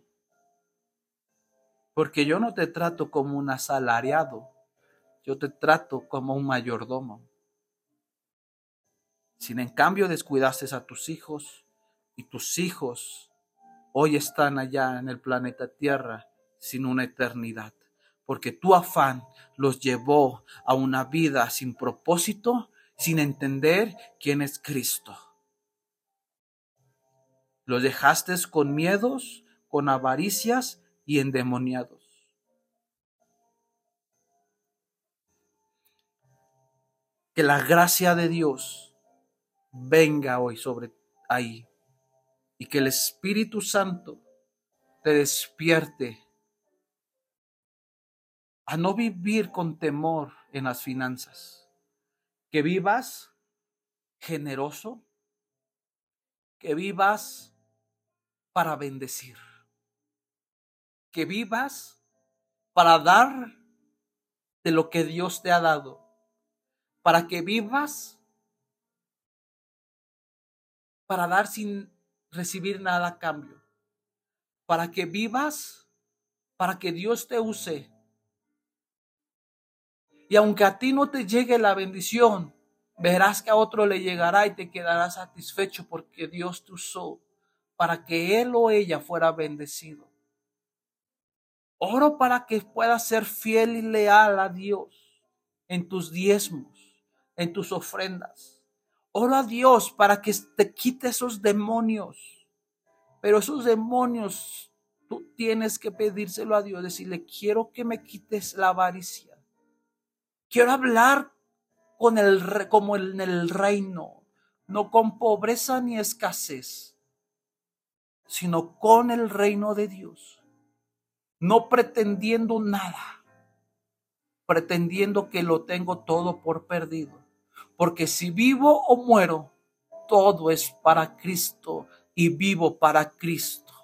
Porque yo no te trato como un asalariado. Yo te trato como un mayordomo. Si en cambio descuidaste a tus hijos y tus hijos hoy están allá en el planeta Tierra sin una eternidad, porque tu afán los llevó a una vida sin propósito, sin entender quién es Cristo. Los dejaste con miedos, con avaricias y endemoniados. Que la gracia de Dios venga hoy sobre ahí y que el Espíritu Santo te despierte a no vivir con temor en las finanzas, que vivas generoso, que vivas para bendecir, que vivas para dar de lo que Dios te ha dado, para que vivas para dar sin recibir nada a cambio, para que vivas para que Dios te use. Y aunque a ti no te llegue la bendición, verás que a otro le llegará y te quedarás satisfecho porque Dios te usó para que él o ella fuera bendecido. Oro para que puedas ser fiel y leal a Dios en tus diezmos, en tus ofrendas. Oro a Dios para que te quite esos demonios. Pero esos demonios tú tienes que pedírselo a Dios, decirle, quiero que me quites la avaricia. Quiero hablar con el, como en el reino, no con pobreza ni escasez, sino con el reino de Dios. No pretendiendo nada, pretendiendo que lo tengo todo por perdido. Porque si vivo o muero, todo es para Cristo y vivo para Cristo.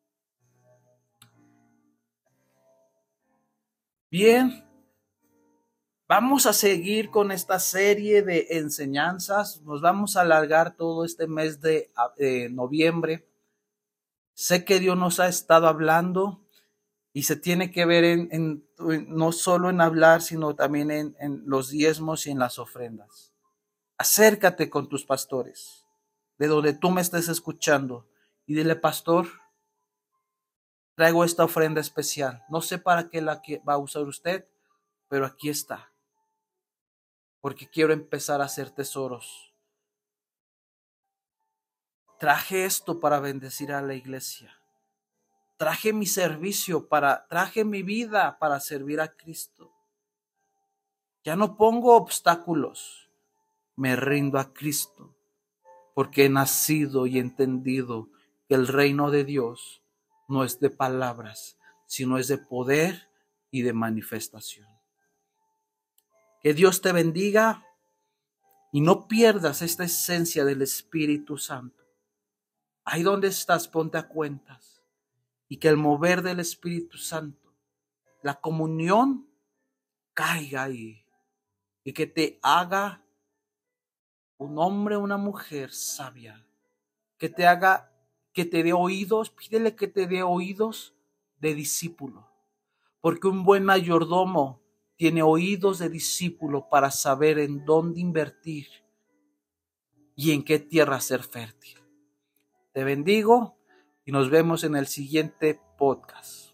Bien, vamos a seguir con esta serie de enseñanzas. Nos vamos a alargar todo este mes de eh, noviembre. Sé que Dios nos ha estado hablando y se tiene que ver en, en, no solo en hablar, sino también en, en los diezmos y en las ofrendas. Acércate con tus pastores, de donde tú me estés escuchando, y dile, pastor, traigo esta ofrenda especial. No sé para qué la va a usar usted, pero aquí está. Porque quiero empezar a hacer tesoros. Traje esto para bendecir a la iglesia. Traje mi servicio para, traje mi vida para servir a Cristo. Ya no pongo obstáculos. Me rindo a Cristo. Porque he nacido y entendido que el reino de Dios no es de palabras, sino es de poder y de manifestación. Que Dios te bendiga y no pierdas esta esencia del Espíritu Santo. Ahí donde estás, ponte a cuentas. Y que el mover del Espíritu Santo, la comunión, caiga ahí. Y que te haga un hombre o una mujer sabia. Que te haga, que te dé oídos, pídele que te dé oídos de discípulo. Porque un buen mayordomo tiene oídos de discípulo para saber en dónde invertir y en qué tierra ser fértil. Te bendigo y nos vemos en el siguiente podcast.